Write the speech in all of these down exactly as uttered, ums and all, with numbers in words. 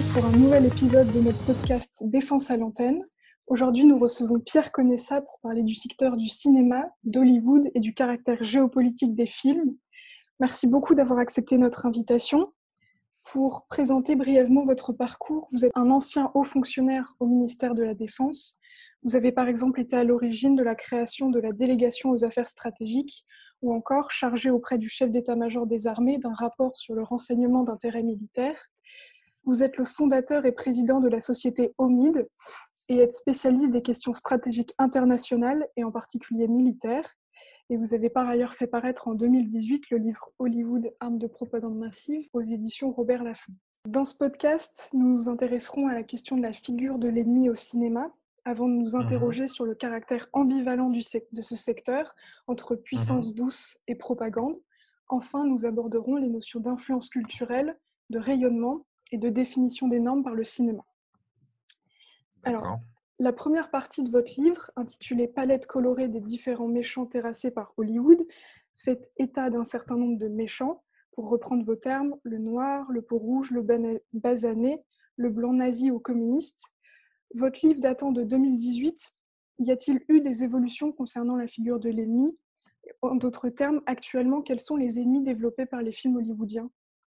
pour un nouvel épisode de notre podcast Défense à l'antenne. Aujourd'hui, nous recevons Pierre Conessa pour parler du secteur du cinéma, d'Hollywood et du caractère géopolitique des films. Merci beaucoup d'avoir accepté notre invitation. Pour présenter brièvement votre parcours, vous êtes un ancien haut fonctionnaire au ministère de la Défense. Vous avez par exemple été à l'origine de la création de la délégation aux affaires stratégiques ou encore chargé auprès du chef d'état-major des armées d'un rapport sur le renseignement d'intérêt militaire. Vous êtes le fondateur et président de la société Omid et êtes spécialiste des questions stratégiques internationales et en particulier militaires. Et vous avez par ailleurs fait paraître en deux mille dix-huit le livre Hollywood, armes de propagande massive aux éditions Robert Laffont. Dans ce podcast, nous nous intéresserons à la question de la figure de l'ennemi au cinéma, avant de nous interroger mmh. sur le caractère ambivalent du sec- de ce secteur entre puissance mmh. douce et propagande. Enfin, nous aborderons les notions d'influence culturelle, de rayonnement et de définition des normes par le cinéma. D'accord. Alors, la première partie de votre livre, intitulée Palette colorée des différents méchants terrassés par Hollywood, fait état d'un certain nombre de méchants, pour reprendre vos termes, le noir, le peau rouge, le basané, le blanc nazi ou communiste. Votre livre datant de deux mille dix-huit, y a-t-il eu des évolutions concernant la figure de l'ennemi ? En d'autres termes, actuellement, quels sont les ennemis développés par les films hollywoodiens ?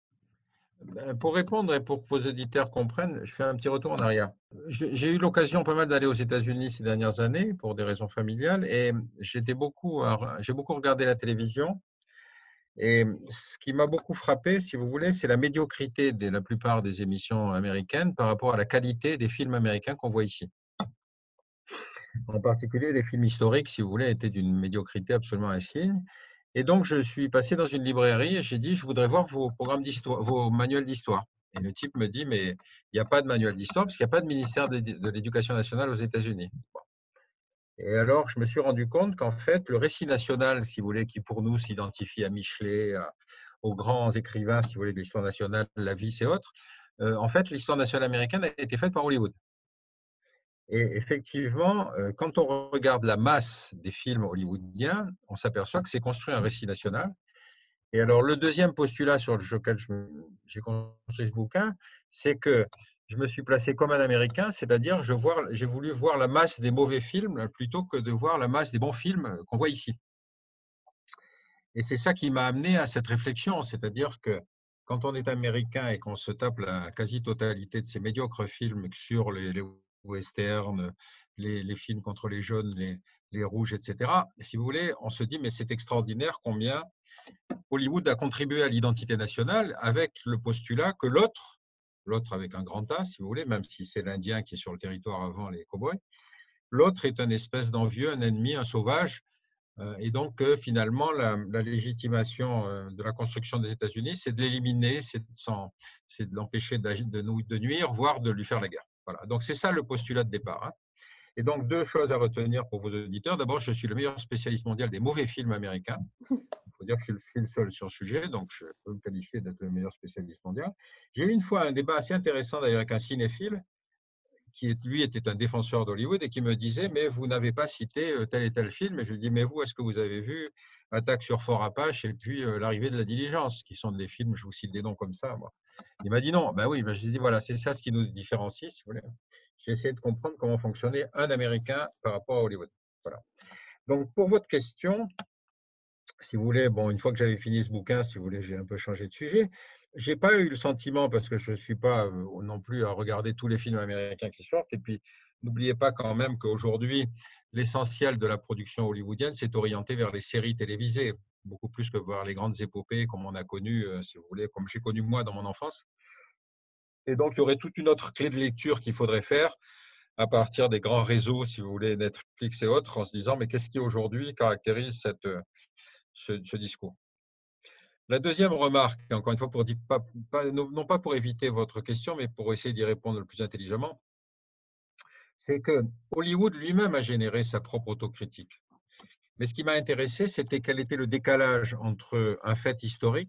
Pour répondre et pour que vos auditeurs comprennent, je fais un petit retour en arrière. J'ai eu l'occasion pas mal d'aller aux États-Unis ces dernières années pour des raisons familiales et j'étais beaucoup, j'ai beaucoup regardé la télévision. Et ce qui m'a beaucoup frappé, si vous voulez, c'est la médiocrité de la plupart des émissions américaines par rapport à la qualité des films américains qu'on voit ici. En particulier, les films historiques, si vous voulez, étaient d'une médiocrité absolument insigne. Et donc, je suis passé dans une librairie et j'ai dit, je voudrais voir vos programmes d'histoire, vos manuels d'histoire. Et le type me dit, mais il n'y a pas de manuel d'histoire parce qu'il n'y a pas de ministère de, de l'Éducation nationale aux États-Unis. Bon. Et alors, je me suis rendu compte qu'en fait, le récit national, si vous voulez, qui pour nous s'identifie à Michelet, à, aux grands écrivains, si vous voulez, de l'histoire nationale, Lavis et autres, euh, en fait, l'histoire nationale américaine a été faite par Hollywood. Et effectivement, quand on regarde la masse des films hollywoodiens, on s'aperçoit que c'est construit un récit national. Et alors, le deuxième postulat sur lequel j'ai construit ce bouquin, c'est que je me suis placé comme un Américain, c'est-à-dire j'ai voulu voir la masse des mauvais films plutôt que de voir la masse des bons films qu'on voit ici. Et c'est ça qui m'a amené à cette réflexion, c'est-à-dire que quand on est Américain et qu'on se tape la quasi-totalité de ces médiocres films sur les, les westerns, les, les films contre les jaunes, les, les rouges, et cetera, si vous voulez, on se dit, mais c'est extraordinaire combien Hollywood a contribué à l'identité nationale avec le postulat que l'autre, l'autre avec un grand A, si vous voulez, même si c'est l'Indien qui est sur le territoire avant les cow-boys, l'autre est une espèce d'envieux, un ennemi, un sauvage. Et donc, finalement, la, la légitimation de la construction des États-Unis, c'est de l'éliminer, c'est de, de l'empêcher de, de nuire, voire de lui faire la guerre. Voilà. Donc, c'est ça le postulat de départ. Hein. Et donc, deux choses à retenir pour vos auditeurs. D'abord, je suis le meilleur spécialiste mondial des mauvais films américains. Il faut dire que je suis le seul sur le sujet, donc je peux me qualifier d'être le meilleur spécialiste mondial. J'ai eu une fois un débat assez intéressant d'ailleurs avec un cinéphile qui, lui, était un défenseur d'Hollywood et qui me disait, mais vous n'avez pas cité tel et tel film. Et je lui dis, mais vous, est-ce que vous avez vu Attaque sur Fort Apache et puis euh, L'arrivée de la diligence, qui sont des films, je vous cite des noms comme ça. Moi. Il m'a dit non. Ben oui, ben, je lui ai dit, voilà, c'est ça ce qui nous différencie, si vous voulez. J'ai essayé de comprendre comment fonctionnait un Américain par rapport à Hollywood. Voilà. Donc, pour votre question, si vous voulez, bon, une fois que j'avais fini ce bouquin, si vous voulez, j'ai un peu changé de sujet. Je n'ai pas eu le sentiment, parce que je ne suis pas non plus à regarder tous les films américains qui sortent. Et puis, n'oubliez pas quand même qu'aujourd'hui, l'essentiel de la production hollywoodienne s'est orienté vers les séries télévisées, beaucoup plus que vers les grandes épopées comme on a connu, si vous voulez, comme j'ai connu moi dans mon enfance. Et donc, il y aurait toute une autre clé de lecture qu'il faudrait faire à partir des grands réseaux, si vous voulez, Netflix et autres, en se disant, mais qu'est-ce qui aujourd'hui caractérise cette, ce, ce discours ? La deuxième remarque, encore une fois, pour dire, pas, pas, non pas pour éviter votre question, mais pour essayer d'y répondre le plus intelligemment, c'est que Hollywood lui-même a généré sa propre autocritique. Mais ce qui m'a intéressé, c'était quel était le décalage entre un fait historique,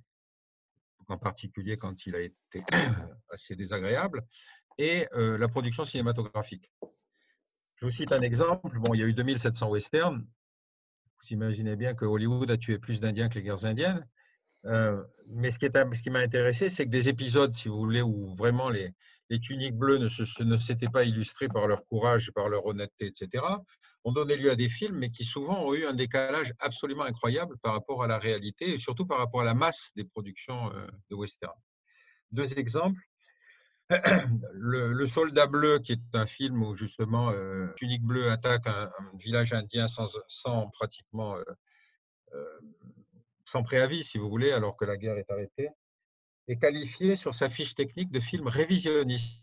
en particulier quand il a été assez désagréable, et euh, la production cinématographique. Je vous cite un exemple. Bon, il y a eu deux mille sept cents westerns. Vous imaginez bien que Hollywood a tué plus d'Indiens que les guerres indiennes. Euh, mais ce qui est, ce qui m'a intéressé, c'est que des épisodes, si vous voulez, où vraiment les, les tuniques bleues ne, se, ne s'étaient pas illustrées par leur courage, par leur honnêteté, et cetera, ont donné lieu à des films, mais qui souvent ont eu un décalage absolument incroyable par rapport à la réalité et surtout par rapport à la masse des productions euh, de western. Deux exemples. Le, le Soldat bleu, qui est un film où justement euh, Tunique bleue attaque un, un village indien sans, sans pratiquement euh, euh, sans préavis, si vous voulez, alors que la guerre est arrêtée, est qualifié sur sa fiche technique de film révisionniste.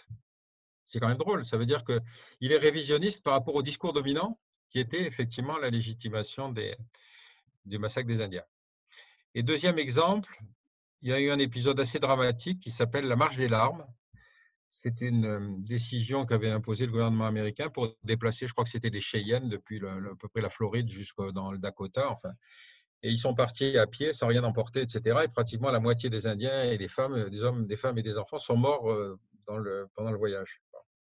C'est quand même drôle. Ça veut dire qu'il est révisionniste par rapport au discours dominant, qui était effectivement la légitimation des, du massacre des Indiens. Et deuxième exemple, il y a eu un épisode assez dramatique qui s'appelle la marche des larmes. C'est une décision qu'avait imposée le gouvernement américain pour déplacer, je crois que c'était des Cheyennes depuis le, le, à peu près la Floride jusqu'au dans le Dakota, enfin. Et ils sont partis à pied sans rien emporter, et cetera. Et pratiquement la moitié des Indiens et des femmes, des hommes, des femmes et des enfants sont morts dans le, pendant le voyage.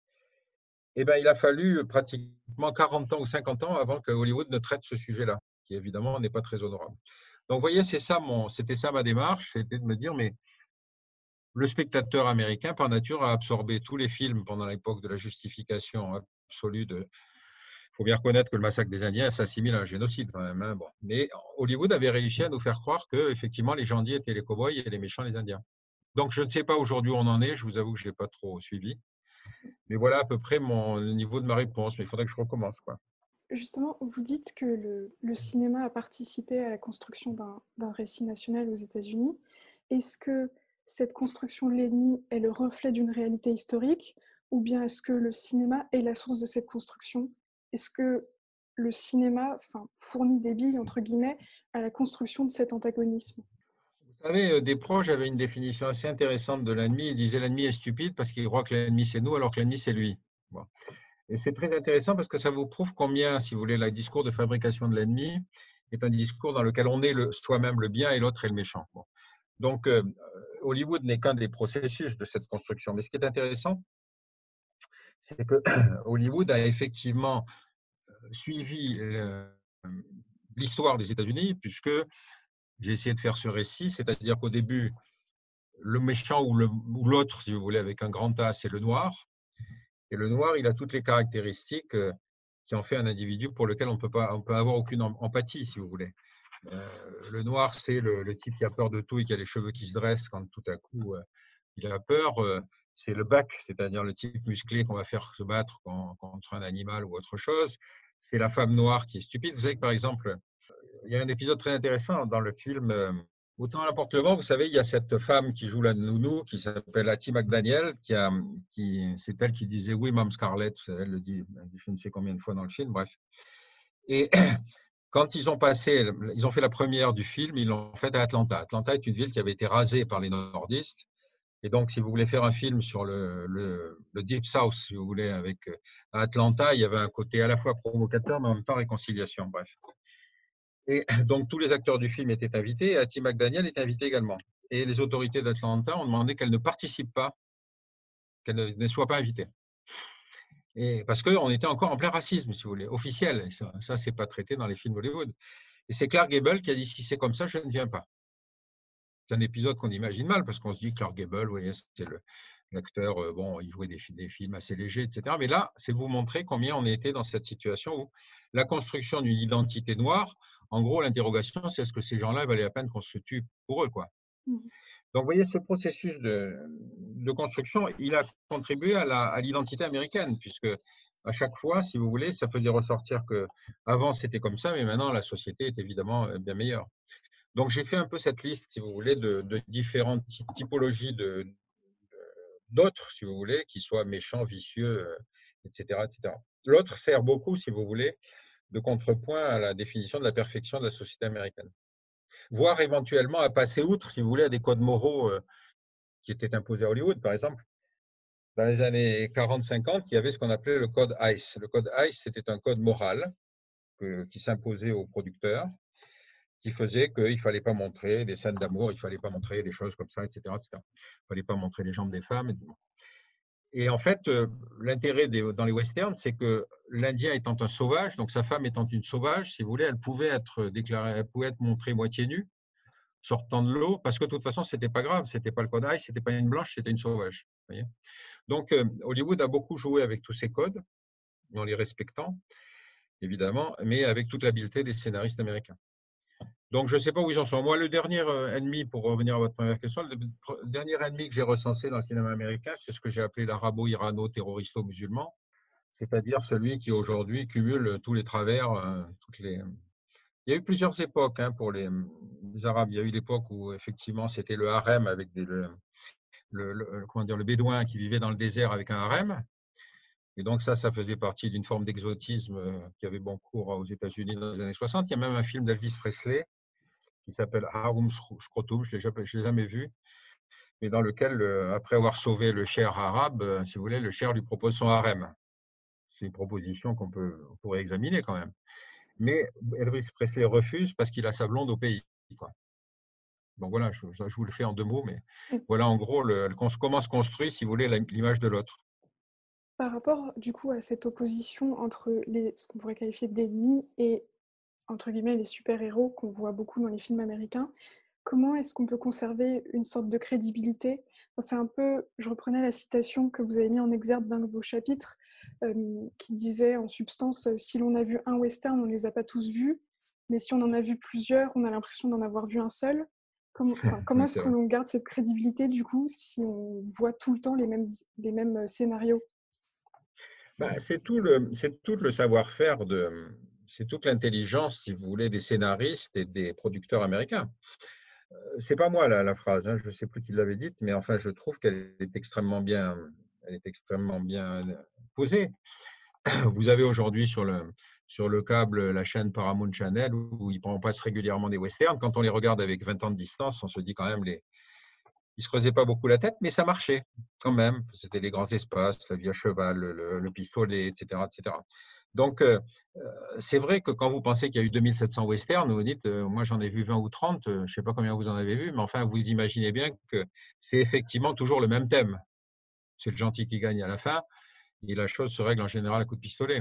Eh bien, il a fallu pratiquement quarante ans ou cinquante ans avant que Hollywood ne traite ce sujet-là, qui évidemment n'est pas très honorable. Donc, vous voyez, c'est ça mon, c'était ça ma démarche, c'était de me dire, mais le spectateur américain, par nature, a absorbé tous les films pendant l'époque de la justification absolue de. Il faut bien reconnaître que le massacre des Indiens s'assimile à un génocide quand même. Hein, bon. Mais Hollywood avait réussi à nous faire croire que, effectivement, les gentils étaient les cow-boys et les méchants les Indiens. Donc, je ne sais pas aujourd'hui où on en est. Je vous avoue que je ne l'ai pas trop suivi. Mais voilà à peu près mon, le niveau de ma réponse. Mais il faudrait que je recommence, quoi. Justement, vous dites que le, le cinéma a participé à la construction d'un, d'un récit national aux États-Unis. Est-ce que cette construction de l'ennemi est le reflet d'une réalité historique, ou bien est-ce que le cinéma est la source de cette construction? Est-ce que le cinéma, enfin, fournit des billes, entre guillemets, à la construction de cet antagonisme? Vous savez, des proches avaient une définition assez intéressante de l'ennemi. Ils disaient l'ennemi est stupide parce qu'il croit que l'ennemi c'est nous alors que l'ennemi c'est lui. Bon. Et c'est très intéressant parce que ça vous prouve combien, si vous voulez, le discours de fabrication de l'ennemi est un discours dans lequel on est le, soi-même le bien et l'autre est le méchant. Bon. Donc, euh, Hollywood n'est qu'un des processus de cette construction. Mais ce qui est intéressant, c'est que Hollywood a effectivement suivi l'histoire des États-Unis, puisque j'ai essayé de faire ce récit, c'est-à-dire qu'au début, le méchant ou l'autre, si vous voulez, avec un grand A, c'est le noir. Et le noir, il a toutes les caractéristiques qui en fait un individu pour lequel on peut pas, on peut avoir aucune empathie, si vous voulez. Euh, le noir, c'est le, le type qui a peur de tout et qui a les cheveux qui se dressent quand tout à coup euh, il a peur. Euh, c'est le bac, c'est-à-dire le type musclé qu'on va faire se battre contre un animal ou autre chose. C'est la femme noire qui est stupide. Vous savez que, par exemple, il y a un épisode très intéressant dans le film euh, Autant à la porte le vent. Vous savez, il y a cette femme qui joue la nounou qui s'appelle Hattie McDaniel, qui a, qui, c'est elle qui disait oui, Mme Scarlett. Elle le dit, elle dit je ne sais combien de fois dans le film, bref. Et quand ils ont passé, ils ont fait la première du film, ils l'ont fait à Atlanta. Atlanta est une ville qui avait été rasée par les nordistes. Et donc, si vous voulez faire un film sur le, le, le Deep South, si vous voulez, avec Atlanta, il y avait un côté à la fois provocateur, mais en même temps réconciliation. Bref. Et donc, tous les acteurs du film étaient invités, et Hattie McDaniel est invitée également. Et les autorités d'Atlanta ont demandé qu'elle ne participe pas, qu'elle ne, ne soit pas invitée. Et parce qu'on était encore en plein racisme, si vous voulez, officiel. Et ça, ça c'est pas traité dans les films Hollywood. Et c'est Clark Gable qui a dit si c'est comme ça, je ne viens pas. C'est un épisode qu'on imagine mal parce qu'on se dit Clark Gable, vous voyez, c'est l'acteur, euh, bon, il jouait des, des films assez légers, et cetera. Mais là, c'est vous montrer combien on était dans cette situation où la construction d'une identité noire, en gros, l'interrogation, c'est est-ce que ces gens-là valaient la peine qu'on se tue pour eux, quoi. Mmh. Donc, vous voyez, ce processus de, de construction, il a contribué à l'identité américaine, puisque à chaque fois, si vous voulez, ça faisait ressortir que avant c'était comme ça, mais maintenant la société est évidemment bien meilleure. Donc, j'ai fait un peu cette liste, si vous voulez, de, de différentes typologies de, d'autres, si vous voulez, qui soient méchants, vicieux, et cetera, et cetera. L'autre sert beaucoup, si vous voulez, de contrepoint à la définition de la perfection de la société américaine. Voire éventuellement à passer outre, si vous voulez, à des codes moraux euh, qui étaient imposés à Hollywood, par exemple. Dans les années quarante cinquante, il y avait ce qu'on appelait le code ICE. Le code ICE, c'était un code moral que, qui s'imposait aux producteurs, qui faisait qu'il ne fallait pas montrer des scènes d'amour, il ne fallait pas montrer des choses comme ça, et cetera, et cetera. Il ne fallait pas montrer les jambes des femmes. Et en fait, euh, l'intérêt dans les westerns, c'est que l'Indien étant un sauvage, donc sa femme étant une sauvage, si vous voulez, elle pouvait être déclarée, elle pouvait être montrée moitié nue, sortant de l'eau, parce que de toute façon, ce n'était pas grave, ce n'était pas le code ICE, ce n'était pas une blanche, c'était une sauvage. Vous voyez. Donc, euh, Hollywood a beaucoup joué avec tous ces codes, en les respectant, évidemment, mais avec toute l'habileté des scénaristes américains. Donc, je ne sais pas où ils en sont. Moi, le dernier ennemi, pour revenir à votre première question, le dernier ennemi que j'ai recensé dans le cinéma américain, c'est ce que j'ai appelé l'arabo-irano-terroristo-musulman, c'est-à-dire celui qui aujourd'hui cumule tous les travers, toutes les... Il y a eu plusieurs époques hein, pour les, les Arabes. Il y a eu l'époque où, effectivement, c'était le harem avec des, le, le, le, comment dire, le bédouin qui vivait dans le désert avec un harem. Et donc, ça, ça faisait partie d'une forme d'exotisme qui avait bon cours aux États-Unis dans les années soixante. Il y a même un film d'Elvis Presley qui s'appelle Harum Scrotum, je ne l'ai jamais vu, mais dans lequel, après avoir sauvé le cher arabe, si vous voulez, le cher lui propose son harem. C'est une proposition qu'on peut, on pourrait examiner quand même. Mais Elvis Presley refuse parce qu'il a sa blonde au pays. Quoi. Donc voilà, je, je vous le fais en deux mots, mais voilà en gros le, comment se construit, si vous voulez, l'image de l'autre. Par rapport du coup à cette opposition entre les, ce qu'on pourrait qualifier d'ennemis et entre guillemets les super-héros qu'on voit beaucoup dans les films américains, comment est-ce qu'on peut conserver une sorte de crédibilité? C'est un peu, je reprenais la citation que vous avez mis en exergue d'un de vos chapitres, euh, qui disait en substance, si l'on a vu un western, on ne les a pas tous vus, mais si on en a vu plusieurs, on a l'impression d'en avoir vu un seul. Comment, enfin, comment Oui, est-ce qu'on garde cette crédibilité du coup si on voit tout le temps les mêmes, les mêmes scénarios? Bah, c'est tout le, c'est tout le savoir-faire de, c'est toute l'intelligence, si vous voulez, des scénaristes et des producteurs américains. C'est pas moi la, la phrase, hein, je ne sais plus qui l'avait dite, mais enfin, je trouve qu'elle est extrêmement bien, elle est extrêmement bien posée. Vous avez aujourd'hui sur le, sur le câble la chaîne Paramount Channel où on passe régulièrement des westerns. Quand on les regarde avec vingt ans de distance, on se dit quand même les, ils ne se creusaient pas beaucoup la tête, mais ça marchait quand même. C'était les grands espaces, la vie à cheval, le, le pistolet, et cetera, et cetera. Donc, euh, c'est vrai que quand vous pensez qu'il y a eu deux mille sept cents westerns, vous dites, euh, moi j'en ai vu vingt ou trente, euh, je ne sais pas combien vous en avez vu, mais enfin, vous imaginez bien que c'est effectivement toujours le même thème. C'est le gentil qui gagne à la fin, et la chose se règle en général à coup de pistolet.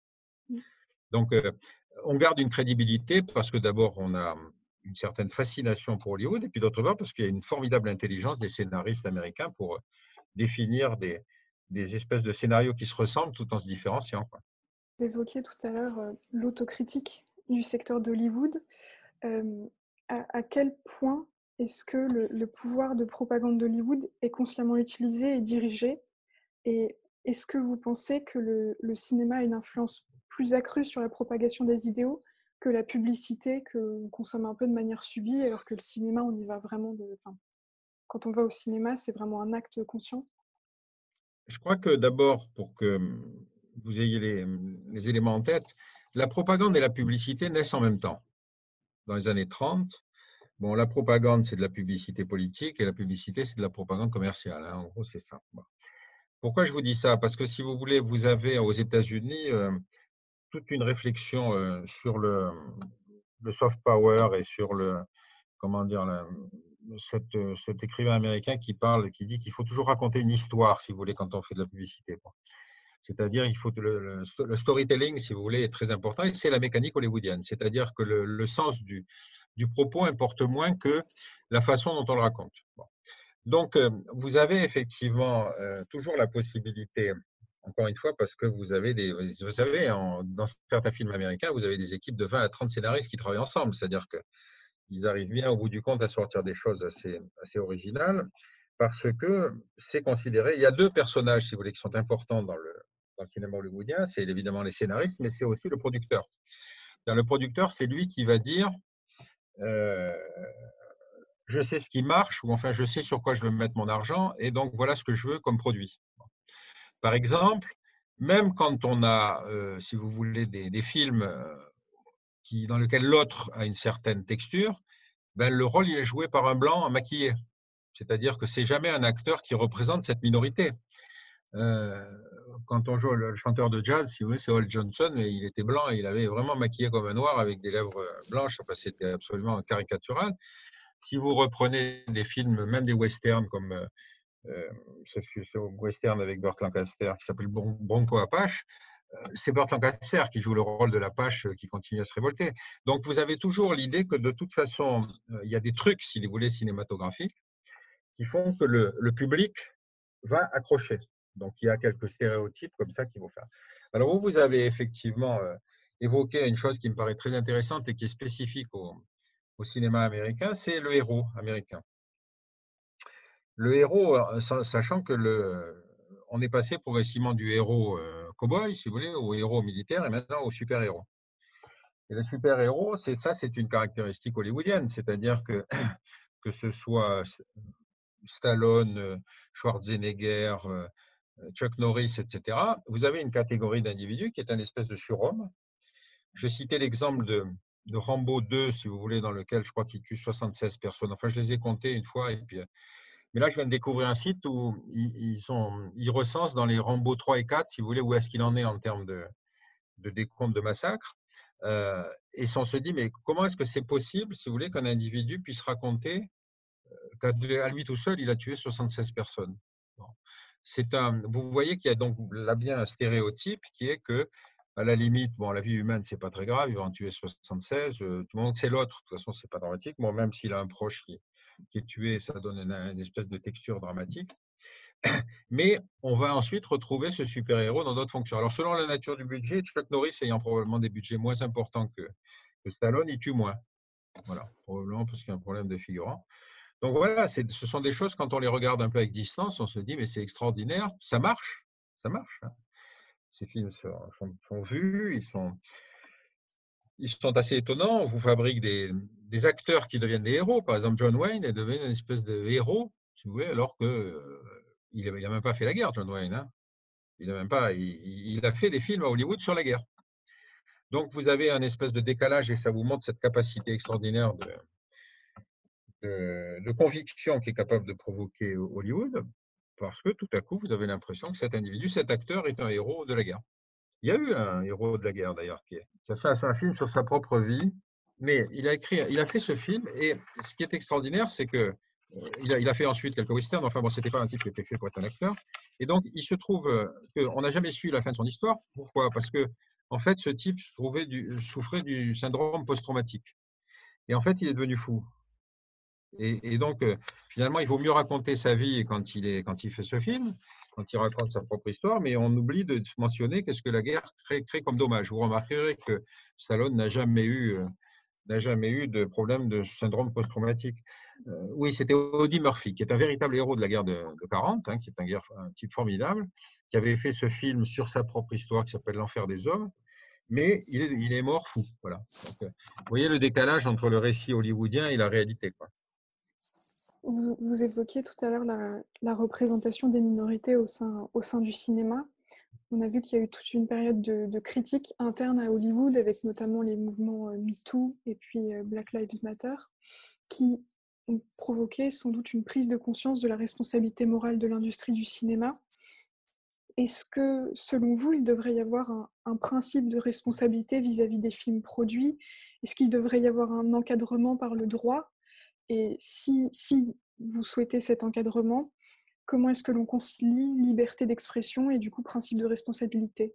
Donc, euh, on garde une crédibilité parce que d'abord, on a une certaine fascination pour Hollywood, et puis d'autre part, parce qu'il y a une formidable intelligence des scénaristes américains pour définir des, des espèces de scénarios qui se ressemblent tout en se différenciant. Quoi. Vous évoquiez tout à l'heure euh, l'autocritique du secteur d'Hollywood. Euh, à, à quel point est-ce que le, le pouvoir de propagande d'Hollywood est consciemment utilisé et dirigé? Et est-ce que vous pensez que le, le cinéma a une influence plus accrue sur la propagation des idéaux que la publicité qu'on consomme un peu de manière subie, alors que le cinéma, on y va vraiment de... Enfin, quand on va au cinéma, c'est vraiment un acte conscient? Je crois que d'abord, pour que vous ayez les, les éléments en tête, la propagande et la publicité naissent en même temps. Dans les années trente, bon, la propagande, c'est de la publicité politique et la publicité, c'est de la propagande commerciale. Hein. En gros, c'est ça. Bon. Pourquoi je vous dis ça? Parce que si vous voulez, vous avez aux États-Unis euh, toute une réflexion euh, sur le, le soft power et sur le, comment dire, la, cet, cet écrivain américain qui parle, qui dit qu'il faut toujours raconter une histoire, si vous voulez, quand on fait de la publicité. Bon. C'est-à-dire, il faut le, le, le storytelling, si vous voulez, est très important, et c'est la mécanique hollywoodienne. C'est-à-dire que le, le sens du, du propos importe moins que la façon dont on le raconte. Bon. Donc, euh, vous avez effectivement euh, toujours la possibilité, encore une fois, parce que vous avez des, vous savez, en, dans certains films américains, vous avez des équipes de vingt à trente scénaristes qui travaillent ensemble. C'est-à-dire qu'ils arrivent bien, au bout du compte, à sortir des choses assez, assez originales, parce que c'est considéré. Il y a deux personnages, si vous voulez, qui sont importants dans le, dans le cinéma hollywoodien. C'est évidemment les scénaristes, mais c'est aussi le producteur. Le producteur, c'est lui qui va dire. Euh, je sais ce qui marche, ou enfin, je sais sur quoi je veux mettre mon argent, et donc voilà ce que je veux comme produit. Par exemple, même quand on a, euh, si vous voulez, des, des films euh, qui, dans lesquels l'autre a une certaine texture, ben, le rôle il est joué par un blanc maquillé. C'est-à-dire que c'est jamais un acteur qui représente cette minorité. Euh, quand on joue le, le chanteur de jazz, si vous voulez, c'est Hall Johnson, mais il était blanc et il avait vraiment maquillé comme un noir avec des lèvres blanches. Enfin, c'était absolument caricatural. Si vous reprenez des films, même des westerns comme euh, ce, ce western avec Burt Lancaster qui s'appelle Bronco Apache, c'est Burt Lancaster qui joue le rôle de l'Apache qui continue à se révolter. Donc, vous avez toujours l'idée que de toute façon, il y a des trucs, si vous voulez, cinématographiques qui font que le, le public va accrocher. Donc, il y a quelques stéréotypes comme ça qui vont faire. Alors, vous, vous avez effectivement euh, évoqué une chose qui me paraît très intéressante et qui est spécifique au, au cinéma américain, c'est le héros américain. Le héros, sachant que le, on est passé progressivement du héros euh, cow-boy, si vous voulez, au héros militaire et maintenant au super-héros. Et le super-héros, c'est ça, c'est une caractéristique hollywoodienne, c'est-à-dire que que ce soit Stallone, Schwarzenegger, Chuck Norris, et cetera, vous avez une catégorie d'individus qui est un espèce de surhomme. Je citais l'exemple de, de Rambo deux, si vous voulez, dans lequel je crois qu'il tue soixante-seize personnes. Enfin, je les ai comptés une fois. Et puis, mais là, je viens de découvrir un site où ils, ils, sont, ils recensent dans les Rambo trois et quatre, si vous voulez, où est-ce qu'il en est en termes de, de décompte de massacres. Euh, et on se dit, mais comment est-ce que c'est possible, si vous voulez, qu'un individu puisse raconter qu'à lui tout seul, il a tué soixante-seize personnes. Bon. C'est un, vous voyez qu'il y a donc là bien un stéréotype qui est que, à la limite, bon, la vie humaine, c'est pas très grave, il va en tuer soixante-seize, euh, tout le monde c'est l'autre, de toute façon, c'est pas dramatique. Bon, même s'il a un proche qui, qui est tué, ça donne une, une espèce de texture dramatique. Mais on va ensuite retrouver ce super-héros dans d'autres fonctions. Alors, selon la nature du budget, Chuck Norris ayant probablement des budgets moins importants que, que Stallone, il tue moins. Voilà, probablement parce qu'il y a un problème de figurant. Donc voilà, ce sont des choses, quand on les regarde un peu avec distance, on se dit, mais c'est extraordinaire, ça marche, ça marche. Hein. Ces films sont, sont, sont vus, ils sont, ils sont assez étonnants. On vous fabrique des, des acteurs qui deviennent des héros. Par exemple, John Wayne est devenu une espèce de héros, si vous voulez, alors qu'il euh, n'a même pas fait la guerre, John Wayne. Hein. Il, a même pas, il, il a fait des films à Hollywood sur la guerre. Donc vous avez un espèce de décalage et ça vous montre cette capacité extraordinaire de, de, de conviction qui est capable de provoquer Hollywood, parce que tout à coup, vous avez l'impression que cet individu, cet acteur est un héros de la guerre. Il y a eu un héros de la guerre, d'ailleurs, qui, qui a fait un film sur sa propre vie, mais il a, écrit, il a fait ce film, et ce qui est extraordinaire, c'est que euh, il, a, il a fait ensuite quelques westerns, enfin bon, c'était pas un type qui était fait pour être un acteur, et donc il se trouve qu'on n'a jamais su la fin de son histoire. Pourquoi? Parce que, en fait, ce type trouvait du, souffrait du syndrome post-traumatique. Et en fait, il est devenu fou. Et, et donc, euh, finalement, il vaut mieux raconter sa vie quand il, est, quand il fait ce film, quand il raconte sa propre histoire, mais on oublie de mentionner qu'est-ce que la guerre crée, crée comme dommage. Vous remarquerez que Stallone n'a jamais eu, euh, n'a jamais eu de problème de syndrome post-traumatique. Euh, oui, c'était Audie Murphy, qui est un véritable héros de la guerre de, de quarante, hein, qui est un, guerre, un type formidable, qui avait fait ce film sur sa propre histoire qui s'appelle L'Enfer des hommes, mais il est, il est mort fou. Voilà. Donc, euh, vous voyez le décalage entre le récit hollywoodien et la réalité, quoi. Vous, vous évoquiez tout à l'heure la, la représentation des minorités au sein, au sein du cinéma. On a vu qu'il y a eu toute une période de, de critique interne à Hollywood, avec notamment les mouvements euh, MeToo et puis euh, Black Lives Matter, qui ont provoqué sans doute une prise de conscience de la responsabilité morale de l'industrie du cinéma. Est-ce que, selon vous, il devrait y avoir un, un principe de responsabilité vis-à-vis des films produits? Est-ce qu'il devrait y avoir un encadrement par le droit? Et si, si vous souhaitez cet encadrement, comment est-ce que l'on concilie liberté d'expression et du coup principe de responsabilité?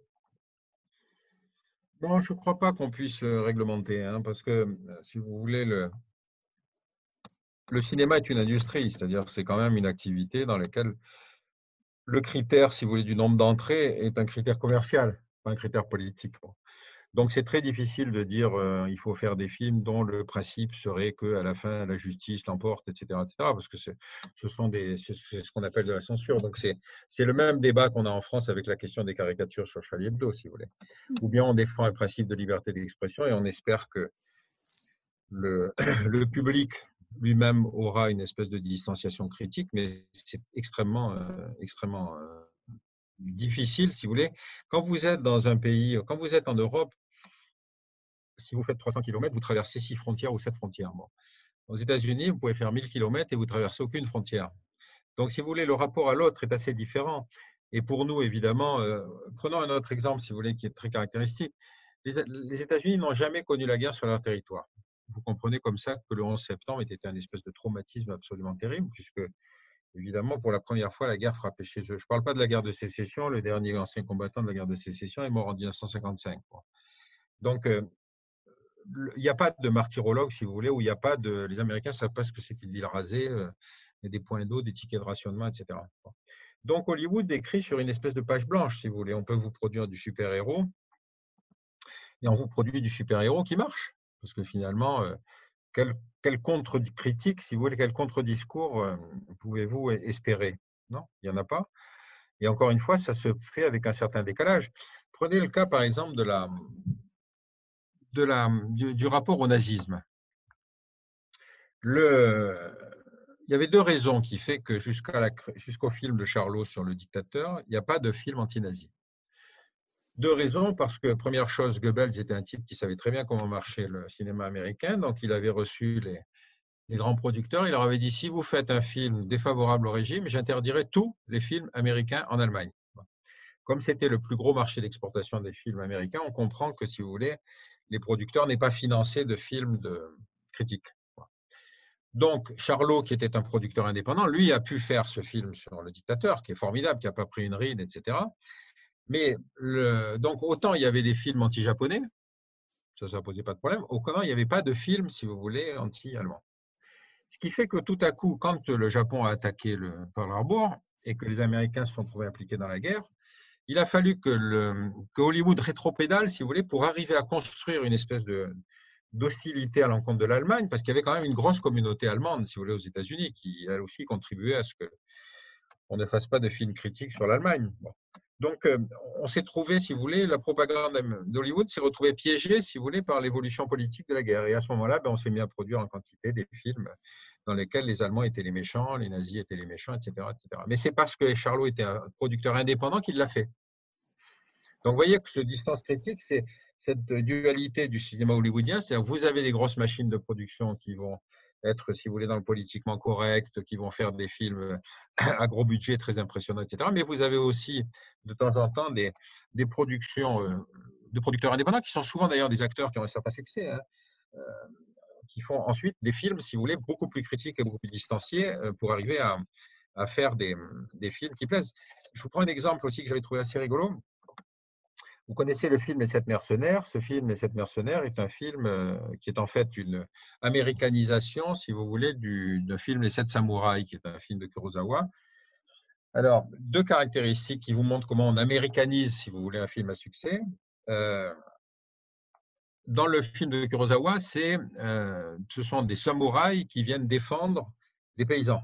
Non, je ne crois pas qu'on puisse le réglementer, hein, parce que, si vous voulez, le, le cinéma est une industrie, c'est-à-dire c'est quand même une activité dans laquelle le critère, si vous voulez, du nombre d'entrées est un critère commercial, pas un critère politique. Bon. Donc c'est très difficile de dire euh, il faut faire des films dont le principe serait qu'à la fin la justice l'emporte, et cetera, et cetera, parce que ce sont des, c'est ce qu'on appelle de la censure. Donc c'est c'est le même débat qu'on a en France avec la question des caricatures sur Charlie Hebdo, si vous voulez. Ou bien on défend un principe de liberté d'expression et on espère que le, le public lui-même aura une espèce de distanciation critique, mais c'est extrêmement, euh, extrêmement euh, difficile, si vous voulez. Quand vous êtes dans un pays, quand vous êtes en Europe, si vous faites trois cents kilomètres, vous traversez six frontières ou sept frontières. Bon. Aux États-Unis, vous pouvez faire mille kilomètres et vous traversez aucune frontière. Donc, si vous voulez, le rapport à l'autre est assez différent. Et pour nous, évidemment, euh, prenons un autre exemple, si vous voulez, qui est très caractéristique. Les, les États-Unis n'ont jamais connu la guerre sur leur territoire. Vous comprenez comme ça que le onze septembre était un espèce de traumatisme absolument terrible, puisque évidemment, pour la première fois, la guerre frappait chez eux. Je ne parle pas de la guerre de sécession, le dernier ancien combattant de la guerre de sécession est mort en mille neuf cent cinquante-cinq. Donc, euh, il n'y a pas de martyrologue, si vous voulez, où il n'y a pas de. Les Américains ne savent pas ce que c'est qu'une ville rasée, euh, il y a des points d'eau, des tickets de rationnement, et cetera. Donc, Hollywood écrit sur une espèce de page blanche, si vous voulez. On peut vous produire du super-héros et on vous produit du super-héros qui marche. Parce que finalement, euh, quel, quel contre-critique, si vous voulez, quel contre-discours euh, pouvez-vous espérer? Non, il n'y en a pas. Et encore une fois, ça se fait avec un certain décalage. Prenez le cas, par exemple, de la, de la, du, du rapport au nazisme. Le, il y avait deux raisons qui font que jusqu'à la, jusqu'au film de Charlot sur le dictateur, il n'y a pas de film anti-nazi. Deux raisons, parce que première chose, Goebbels était un type qui savait très bien comment marchait le cinéma américain, donc il avait reçu les, les grands producteurs, il leur avait dit, si vous faites un film défavorable au régime, j'interdirai tous les films américains en Allemagne. Comme c'était le plus gros marché d'exportation des films américains, on comprend que, si vous voulez, les producteurs n'aient pas financé de films de critiques. Donc, Charlot, qui était un producteur indépendant, lui a pu faire ce film sur le dictateur, qui est formidable, qui n'a pas pris une ride, et cetera. Mais le, donc, autant il y avait des films anti-japonais, ça, ça ne posait pas de problème, autant il n'y avait pas de film, si vous voulez, anti-allemand. Ce qui fait que tout à coup, quand le Japon a attaqué le Pearl Harbor et que les Américains se sont trouvés impliqués dans la guerre, il a fallu que, le, que Hollywood rétropédale, si vous voulez, pour arriver à construire une espèce de, d'hostilité à l'encontre de l'Allemagne, parce qu'il y avait quand même une grosse communauté allemande, si vous voulez, aux États-Unis, qui elle aussi contribuait à ce qu'on ne fasse pas de films critiques sur l'Allemagne. Bon. Donc, euh, on s'est trouvé, si vous voulez, la propagande d'Hollywood s'est retrouvée piégée, si vous voulez, par l'évolution politique de la guerre. Et à ce moment-là, ben, on s'est mis à produire en quantité des films dans lesquels les Allemands étaient les méchants, les nazis étaient les méchants, et cetera, et cetera. Mais c'est parce que Charlot était un producteur indépendant qu'il l'a fait. Donc, vous voyez que ce distance critique, c'est cette dualité du cinéma hollywoodien, c'est-à-dire que vous avez des grosses machines de production qui vont être, si vous voulez, dans le politiquement correct, qui vont faire des films à gros budget, très impressionnants, et cetera. Mais vous avez aussi, de temps en temps, des, des productions de producteurs indépendants, qui sont souvent d'ailleurs des acteurs qui ont un certain succès, hein, euh, qui font ensuite des films, si vous voulez, beaucoup plus critiques et beaucoup plus distanciés pour arriver à, à faire des, des films qui plaisent. Je vous prends un exemple aussi que j'avais trouvé assez rigolo. Vous connaissez le film Les Sept Mercenaires. Ce film, Les Sept Mercenaires, est un film qui est en fait une américanisation, si vous voulez, du, du film Les Sept Samouraïs, qui est un film de Kurosawa. Alors, deux caractéristiques qui vous montrent comment on américanise, si vous voulez, un film à succès. Euh, dans le film de Kurosawa, c'est, euh, ce sont des samouraïs qui viennent défendre des paysans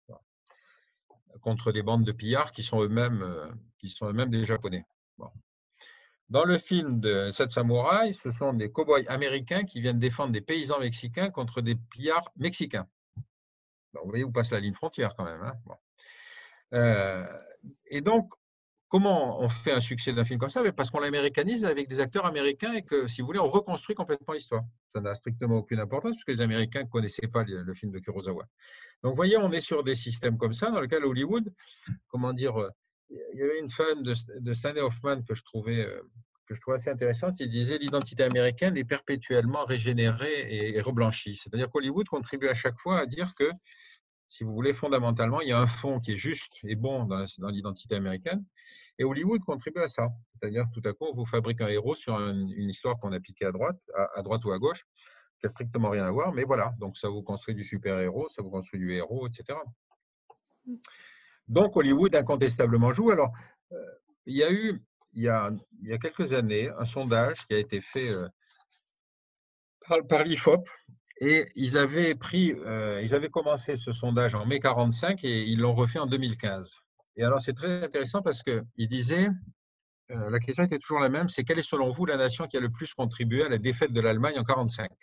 contre des bandes de pillards qui sont eux-mêmes qui sont eux-mêmes des Japonais. Bon. Dans le film de Sept Samouraïs, ce sont des cow-boys américains qui viennent défendre des paysans mexicains contre des pillards mexicains. Donc, vous voyez où passe la ligne frontière quand même. Hein, bon. euh, et donc, comment on fait un succès d'un film comme ça? Parce qu'on l'américanise avec des acteurs américains et que, si vous voulez, on reconstruit complètement l'histoire. Ça n'a strictement aucune importance puisque les Américains ne connaissaient pas le, le film de Kurosawa. Donc, vous voyez, on est sur des systèmes comme ça dans lesquels Hollywood, comment dire, il y avait une femme de, de Stanley Hoffman que je trouvais que je trouvais assez intéressante. Il disait l'identité américaine est perpétuellement régénérée et, et reblanchie. C'est-à-dire qu'Hollywood contribue à chaque fois à dire que, si vous voulez, fondamentalement, il y a un fond qui est juste et bon dans, dans l'identité américaine. Et Hollywood contribue à ça. C'est-à-dire tout à coup, on vous fabrique un héros sur un, une histoire qu'on a piquée à droite, à, à droite ou à gauche, qui n'a strictement rien à voir. Mais voilà, donc ça vous construit du super-héros, ça vous construit du héros, et cetera. Donc Hollywood incontestablement joue. Alors, euh, il y a eu, il y a, il y a quelques années, un sondage qui a été fait euh, par, par l'I F O P, et ils avaient pris, euh, ils avaient commencé ce sondage en mai quarante-cinq et ils l'ont refait en deux mille quinze. Et alors c'est très intéressant parce que ils disaient, euh, la question était toujours la même, c'est quelle est selon vous la nation qui a le plus contribué à la défaite de l'Allemagne en quarante-cinq?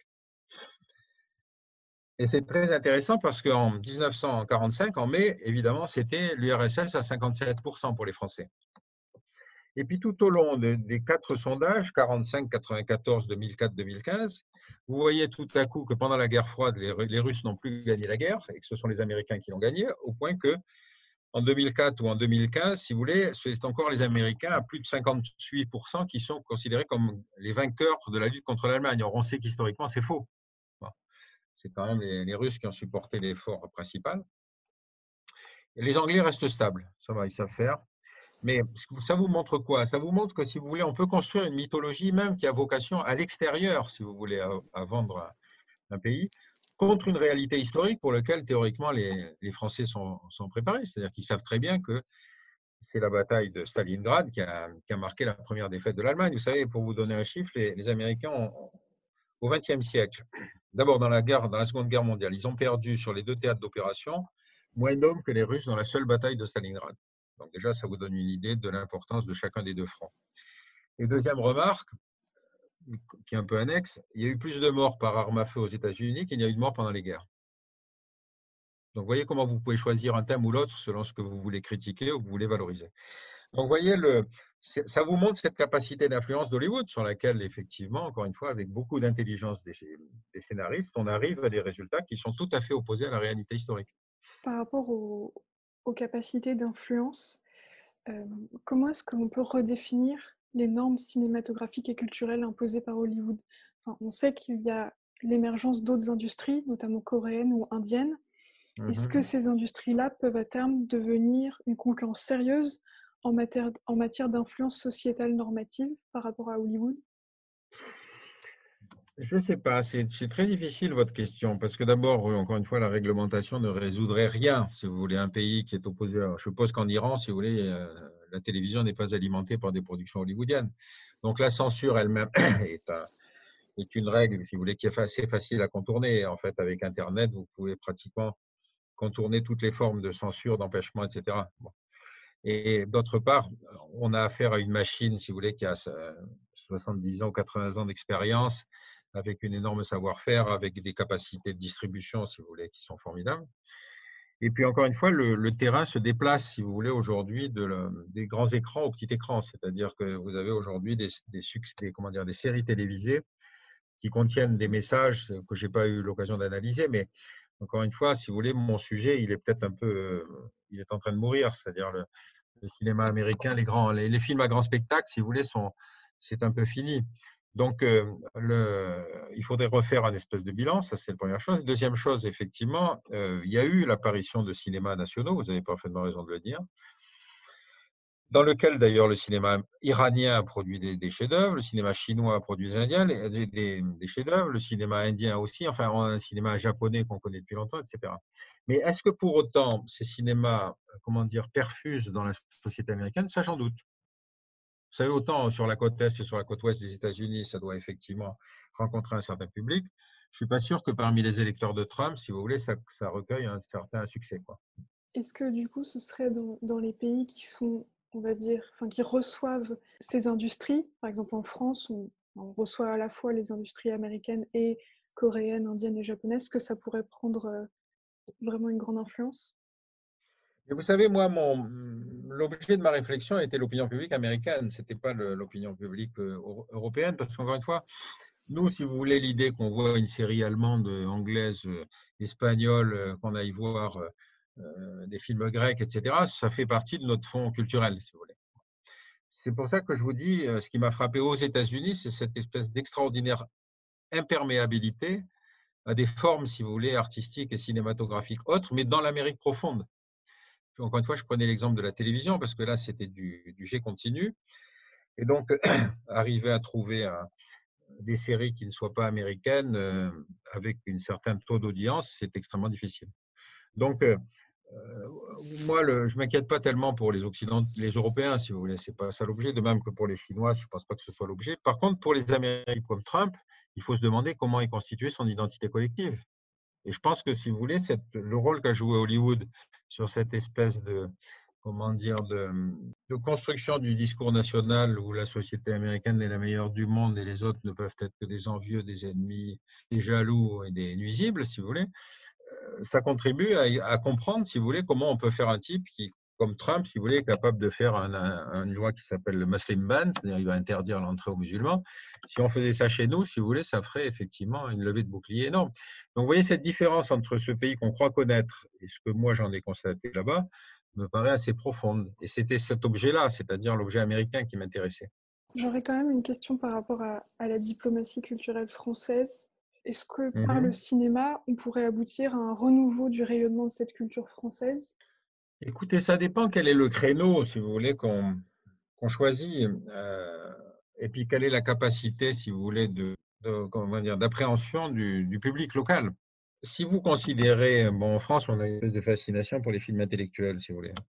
Et c'est très intéressant parce qu'en mille neuf cent quarante-cinq, en mai, évidemment, c'était l'U R S S à cinquante-sept pour cent pour les Français. Et puis tout au long de, des quatre sondages, quarante-cinq, quatre-vingt-quatorze, deux mille quatre, deux mille quinze, vous voyez tout à coup que pendant la guerre froide, les, les Russes n'ont plus gagné la guerre et que ce sont les Américains qui l'ont gagnée, au point que en deux mille quatre ou en deux mille quinze, si vous voulez, c'est encore les Américains à plus de cinquante-huit pour cent qui sont considérés comme les vainqueurs de la lutte contre l'Allemagne. Or, on sait qu'historiquement, c'est faux. Bon. C'est quand même les, les Russes qui ont supporté l'effort principal. Les Anglais restent stables, ça va, ils savent faire. Mais ça vous montre quoi? Ça vous montre que si vous voulez, on peut construire une mythologie même qui a vocation à l'extérieur, si vous voulez, à, à vendre un, un pays, contre une réalité historique pour laquelle théoriquement les, les Français sont, sont préparés. C'est-à-dire qu'ils savent très bien que c'est la bataille de Stalingrad qui a, qui a marqué la première défaite de l'Allemagne. Vous savez, pour vous donner un chiffre, les, les Américains, ont, au vingtième siècle, d'abord dans la guerre, dans la Seconde Guerre mondiale, ils ont perdu sur les deux théâtres d'opération moins d'hommes que les Russes dans la seule bataille de Stalingrad. Donc déjà, ça vous donne une idée de l'importance de chacun des deux fronts. Et deuxième remarque, qui est un peu annexe, il y a eu plus de morts par arme à feu aux États-Unis qu'il n'y a eu de morts pendant les guerres. Donc, vous voyez comment vous pouvez choisir un thème ou l'autre selon ce que vous voulez critiquer ou que vous voulez valoriser. Donc, vous voyez, le, ça vous montre cette capacité d'influence d'Hollywood sur laquelle, effectivement, encore une fois, avec beaucoup d'intelligence des, des scénaristes, on arrive à des résultats qui sont tout à fait opposés à la réalité historique. Par rapport aux, aux capacités d'influence, euh, comment est-ce qu'on peut redéfinir les normes cinématographiques et culturelles imposées par Hollywood? Enfin, on sait qu'il y a l'émergence d'autres industries, notamment coréennes ou indiennes. Est-ce que Mm-hmm. ces industries-là peuvent à terme devenir une concurrence sérieuse en matière, en matière d'influence sociétale normative par rapport à Hollywood? Je ne sais pas, c'est très difficile votre question, parce que d'abord, encore une fois, la réglementation ne résoudrait rien. Si vous voulez, un pays qui est opposé, à, je suppose qu'en Iran, si vous voulez, euh, la télévision n'est pas alimentée par des productions hollywoodiennes. Donc la censure elle-même est, un, est, une règle, si vous voulez, qui est assez facile à contourner. En fait, avec Internet, vous pouvez pratiquement contourner toutes les formes de censure, d'empêchement, et cetera. Bon. Et d'autre part, on a affaire à une machine, si vous voulez, qui a soixante-dix ans, quatre-vingts ans d'expérience, avec une énorme savoir-faire, avec des capacités de distribution, si vous voulez, qui sont formidables. Et puis, encore une fois, le, le terrain se déplace, si vous voulez, aujourd'hui, de le, des grands écrans au petit écran. C'est-à-dire que vous avez aujourd'hui des, des, des, comment dire, des séries télévisées qui contiennent des messages que je n'ai pas eu l'occasion d'analyser, mais encore une fois, si vous voulez, mon sujet, il est peut-être un peu, il est en train de mourir, c'est-à-dire le, le cinéma américain, les, grands, les, les films à grand spectacle, si vous voulez, sont, c'est un peu fini. Donc, euh, le, il faudrait refaire un espèce de bilan, ça c'est la première chose. Deuxième chose, effectivement, euh, il y a eu l'apparition de cinémas nationaux, vous avez parfaitement raison de le dire, dans lequel d'ailleurs le cinéma iranien a produit des, des chefs-d'œuvre, le cinéma chinois a produit des indiens, des, des, des chefs-d'œuvre, le cinéma indien aussi, enfin un cinéma japonais qu'on connaît depuis longtemps, et cetera. Mais est-ce que pour autant ces cinémas, comment dire, perfusent dans la société américaine? Ça, j'en doute. Vous savez, autant sur la côte est et sur la côte ouest des États-Unis, ça doit effectivement rencontrer un certain public. Je ne suis pas sûr que parmi les électeurs de Trump, si vous voulez, ça, ça recueille un certain succès, quoi. Est-ce que du coup, ce serait dans, dans les pays qui sont, on va dire, enfin, qui reçoivent ces industries, par exemple en France, on, on reçoit à la fois les industries américaines et coréennes, indiennes et japonaises, que ça pourrait prendre euh, vraiment une grande influence? Et vous savez, moi, mon, l'objet de ma réflexion était l'opinion publique américaine, ce n'était pas l'opinion publique européenne, parce qu'encore une fois, nous, si vous voulez, l'idée qu'on voit une série allemande, anglaise, espagnole, qu'on aille voir euh, des films grecs, et cetera, ça fait partie de notre fond culturel, si vous voulez. C'est pour ça que je vous dis, ce qui m'a frappé aux États-Unis, c'est cette espèce d'extraordinaire imperméabilité à des formes, si vous voulez, artistiques et cinématographiques autres, mais dans l'Amérique profonde. Encore une fois, je prenais l'exemple de la télévision parce que là, c'était du, du jet continu. Et donc, arriver à trouver un, des séries qui ne soient pas américaines euh, avec une certaine taux d'audience, c'est extrêmement difficile. Donc, euh, moi, le, je ne m'inquiète pas tellement pour les Occidentaux, les Européens, si vous voulez, ce n'est pas ça l'objet, de même que pour les Chinois, je ne pense pas que ce soit l'objet. Par contre, pour les Américains comme Trump, il faut se demander comment est constituée son identité collective. Et je pense que, si vous voulez, cette, le rôle qu'a joué Hollywood sur cette espèce de, comment dire, de, de construction du discours national où la société américaine est la meilleure du monde et les autres ne peuvent être que des envieux, des ennemis, des jaloux et des nuisibles, si vous voulez, ça contribue à, à comprendre, si vous voulez, comment on peut faire un type qui, comme Trump, si vous voulez, est capable de faire un, un, une loi qui s'appelle le Muslim Ban, c'est-à-dire il va interdire l'entrée aux musulmans. Si on faisait ça chez nous, si vous voulez, ça ferait effectivement une levée de bouclier énorme. Donc, vous voyez, cette différence entre ce pays qu'on croit connaître et ce que moi j'en ai constaté là-bas me paraît assez profonde. Et c'était cet objet-là, c'est-à-dire l'objet américain qui m'intéressait. J'aurais quand même une question par rapport à, à la diplomatie culturelle française. Est-ce que par le Mm-hmm. cinéma, on pourrait aboutir à un renouveau du rayonnement de cette culture française? Écoutez, ça dépend quel est le créneau, si vous voulez, qu'on qu'on choisit, euh, et puis quelle est la capacité, si vous voulez, de, de- comment dire, d'appréhension du, du public local. Si vous considérez, bon, en France, on a une espèce de fascination pour les films intellectuels, si vous voulez.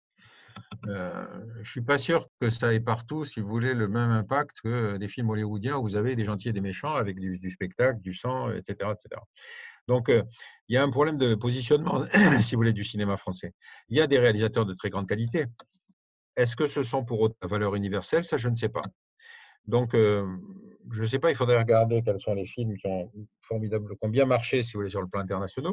Euh, je ne suis pas sûr que ça ait partout, si vous voulez, le même impact que des films hollywoodiens où vous avez des gentils et des méchants avec du, du spectacle, du sang, et cetera, et cetera. Donc, euh, il y a un problème de positionnement, si vous voulez, du cinéma français. Il y a des réalisateurs de très grande qualité. Est-ce que ce sont pour autant la valeur universelle? Ça, je ne sais pas. Donc, euh, je ne sais pas, il faudrait regarder quels sont les films qui ont, formidable, qui ont bien marché, si vous voulez, sur le plan international,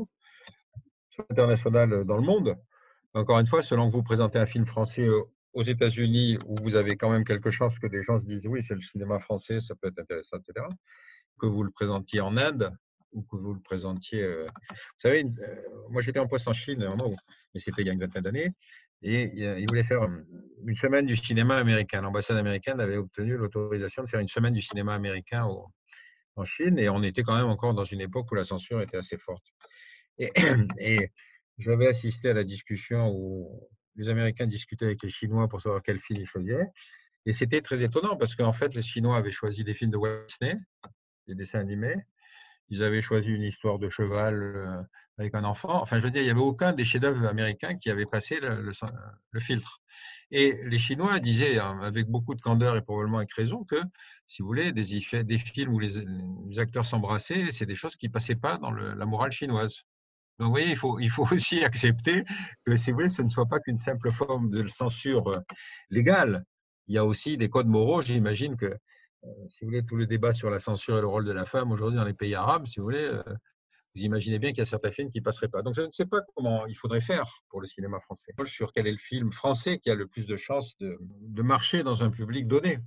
international dans le monde. Encore une fois, selon que vous présentez un film français aux États-Unis, où vous avez quand même quelque chose que les gens se disent, oui, c'est le cinéma français, ça peut être intéressant, et cetera, que vous le présentiez en Inde, ou que vous le présentiez. Euh, vous savez, euh, moi j'étais en poste en Chine, un moment, mais c'était il y a une vingtaine d'années, et ils voulaient faire une semaine du cinéma américain. L'ambassade américaine avait obtenu l'autorisation de faire une semaine du cinéma américain au, en Chine, et on était quand même encore dans une époque où la censure était assez forte. Et, et j'avais assisté à la discussion où les Américains discutaient avec les Chinois pour savoir quel film ils choisiraient. Et c'était très étonnant parce qu'en fait, les Chinois avaient choisi des films de Walt Disney, des dessins animés. Ils avaient choisi une histoire de cheval euh, avec un enfant. Enfin, je veux dire, il n'y avait aucun des chefs-d'œuvre américains qui avait passé le, le, le, filtre. Et les Chinois disaient, avec beaucoup de candeur et probablement avec raison, que, si vous voulez, des, effets, des films où les, les acteurs s'embrassaient, c'est des choses qui ne passaient pas dans le, la morale chinoise. Donc, vous voyez, il faut, il faut aussi accepter que, si vous voulez, ce ne soit pas qu'une simple forme de censure légale. Il y a aussi des codes moraux. J'imagine que, euh, si vous voulez, tout le débat sur la censure et le rôle de la femme aujourd'hui dans les pays arabes, si vous voulez, euh, vous imaginez bien qu'il y a certains films qui ne passeraient pas. Donc, je ne sais pas comment il faudrait faire pour le cinéma français. Sur quel est le film français qui a le plus de chances de, de marcher dans un public donné.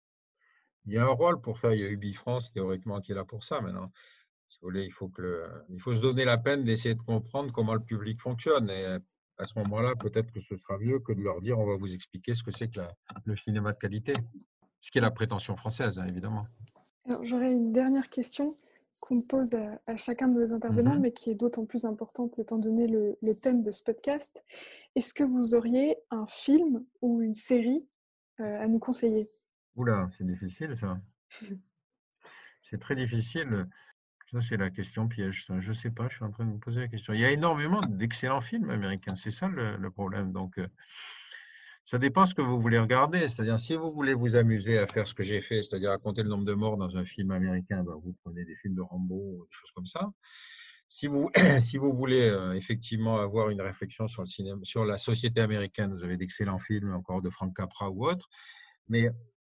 Il y a un rôle pour ça. Il y a Ubi France, théoriquement, qui est là pour ça maintenant. Si vous voulez, il faut, que le, il faut se donner la peine d'essayer de comprendre comment le public fonctionne. Et à ce moment-là, peut-être que ce sera mieux que de leur dire on va vous expliquer ce que c'est que la, le cinéma de qualité. Ce qui est la prétention française, hein, évidemment. Alors, j'aurais une dernière question qu'on pose à, à chacun de nos intervenants, Mm-hmm. mais qui est d'autant plus importante étant donné le, le thème de ce podcast. Est-ce que vous auriez un film ou une série euh, à nous conseiller? Oula, c'est difficile ça. C'est très difficile. Ça, c'est la question piège. Ça. Je ne sais pas, je suis en train de me poser la question. Il y a énormément d'excellents films américains, c'est ça le, le problème. Donc, euh, ça dépend ce que vous voulez regarder. C'est-à-dire, si vous voulez vous amuser à faire ce que j'ai fait, c'est-à-dire à compter le nombre de morts dans un film américain, ben, vous prenez des films de Rambo ou des choses comme ça. Si vous, si vous voulez euh, effectivement avoir une réflexion sur, le cinéma, sur la société américaine, vous avez d'excellents films, encore de Frank Capra ou autres. Mais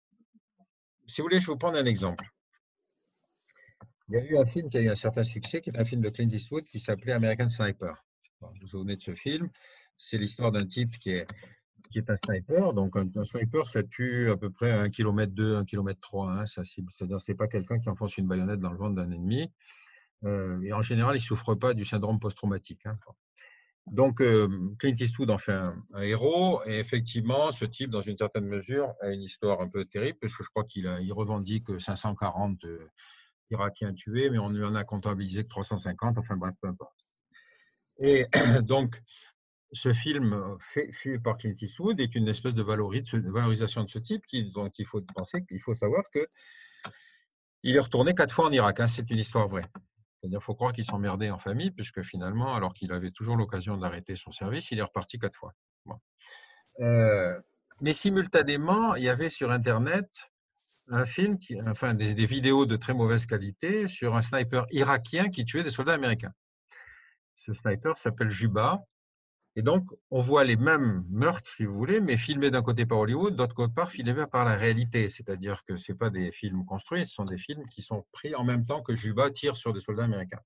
si vous voulez, je vais vous prendre un exemple. Il y a eu un film qui a eu un certain succès, qui est un film de Clint Eastwood qui s'appelait American Sniper. Vous vous souvenez de ce film? C'est l'histoire d'un type qui est, qui est un sniper. Donc, un, un sniper, ça tue à peu près à un kilomètre deux, un kilomètre trois. Hein, c'est-à-dire, ce n'est pas quelqu'un qui enfonce une baïonnette dans le ventre d'un ennemi. Euh, et en général, il ne souffre pas du syndrome post-traumatique. Hein. Donc, euh, Clint Eastwood en fait un, un héros. Et effectivement, ce type, dans une certaine mesure, a une histoire un peu terrible, parce que je crois qu'il a, il revendique cinq cent quarante euh, Irakiens tués, mais on lui en a comptabilisé que trois cent cinquante, enfin bref, peu importe. Et donc, ce film fait, fait par Clint Eastwood est une espèce de, de valorisation de ce type, qui, dont il faut penser qu'il faut savoir qu'il est retourné quatre fois en Irak. Hein, c'est une histoire vraie. C'est-à-dire qu'il faut croire qu'il s'emmerdait en famille, puisque finalement, alors qu'il avait toujours l'occasion d'arrêter son service, il est reparti quatre fois. Bon. Euh, mais simultanément, il y avait sur Internet un film, qui, enfin des, des vidéos de très mauvaise qualité sur un sniper irakien qui tuait des soldats américains. Ce sniper s'appelle Juba. Et donc, on voit les mêmes meurtres, si vous voulez, mais filmés d'un côté par Hollywood, d'autre part filmés par la réalité. C'est-à-dire que ce ne sont pas des films construits, ce sont des films qui sont pris en même temps que Juba tire sur des soldats américains.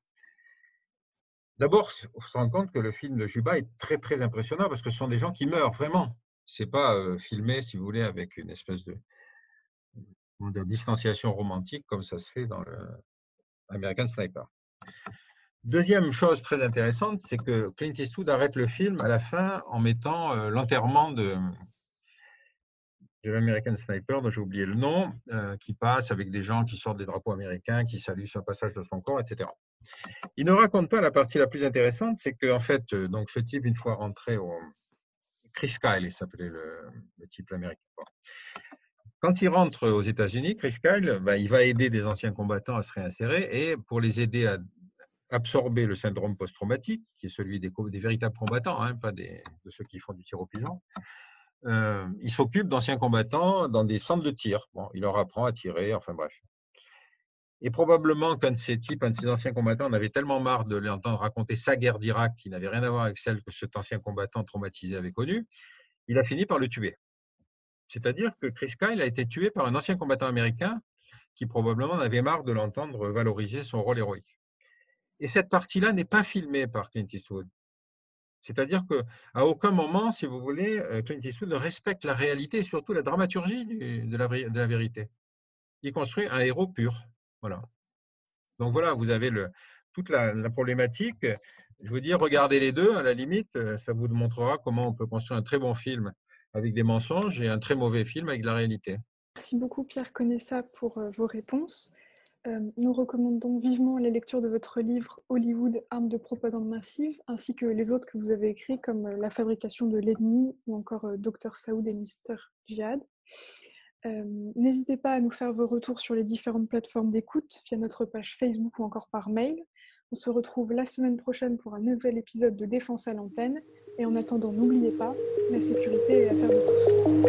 D'abord, il faut se rendre compte que le film de Juba est très, très impressionnant parce que ce sont des gens qui meurent vraiment. Ce n'est pas euh, filmé, si vous voulez, avec une espèce de comment dire, distanciation romantique comme ça se fait dans le American Sniper. Deuxième chose très intéressante, c'est que Clint Eastwood arrête le film à la fin en mettant euh, l'enterrement de, de l'American Sniper, dont j'ai oublié le nom, euh, qui passe avec des gens qui sortent des drapeaux américains, qui saluent sur le passage de son corps, et cetera. Il ne raconte pas la partie la plus intéressante, c'est qu'en fait, euh, donc ce type, une fois rentré au Chris Kyle, il s'appelait le, le type américain. Bon. Quand il rentre aux États-Unis, Chris Kyle, bah, il va aider des anciens combattants à se réinsérer et pour les aider à absorber le syndrome post-traumatique, qui est celui des, des véritables combattants, hein, pas des, de ceux qui font du tir au pigeon, euh, il s'occupe d'anciens combattants dans des centres de tir. Bon, il leur apprend à tirer, enfin bref. Et probablement qu'un de ces types, un de ces anciens combattants, en avait tellement marre de l'entendre raconter sa guerre d'Irak qui n'avait rien à voir avec celle que cet ancien combattant traumatisé avait connue, il a fini par le tuer. C'est-à-dire que Chris Kyle a été tué par un ancien combattant américain qui probablement en avait marre de l'entendre valoriser son rôle héroïque. Et cette partie-là n'est pas filmée par Clint Eastwood. C'est-à-dire qu'à aucun moment, si vous voulez, Clint Eastwood ne respecte la réalité et surtout la dramaturgie du, de, la, de la vérité. Il construit un héros pur. Voilà. Donc voilà, vous avez le, toute la, la problématique. Je veux dire, regardez les deux, à la limite, ça vous montrera comment on peut construire un très bon film avec des mensonges et un très mauvais film avec de la réalité. Merci beaucoup Pierre Conessa pour euh, vos réponses. Euh, nous recommandons vivement la lecture de votre livre Hollywood, armes de propagande massive, ainsi que les autres que vous avez écrits comme euh, La fabrication de l'ennemi ou encore euh, Docteur Saoud et Mister Djihad. Euh, n'hésitez pas à nous faire vos retours sur les différentes plateformes d'écoute via notre page Facebook ou encore par mail. On se retrouve la semaine prochaine pour un nouvel épisode de Défense à l'antenne. Et en attendant, n'oubliez pas, la sécurité est l'affaire de tous.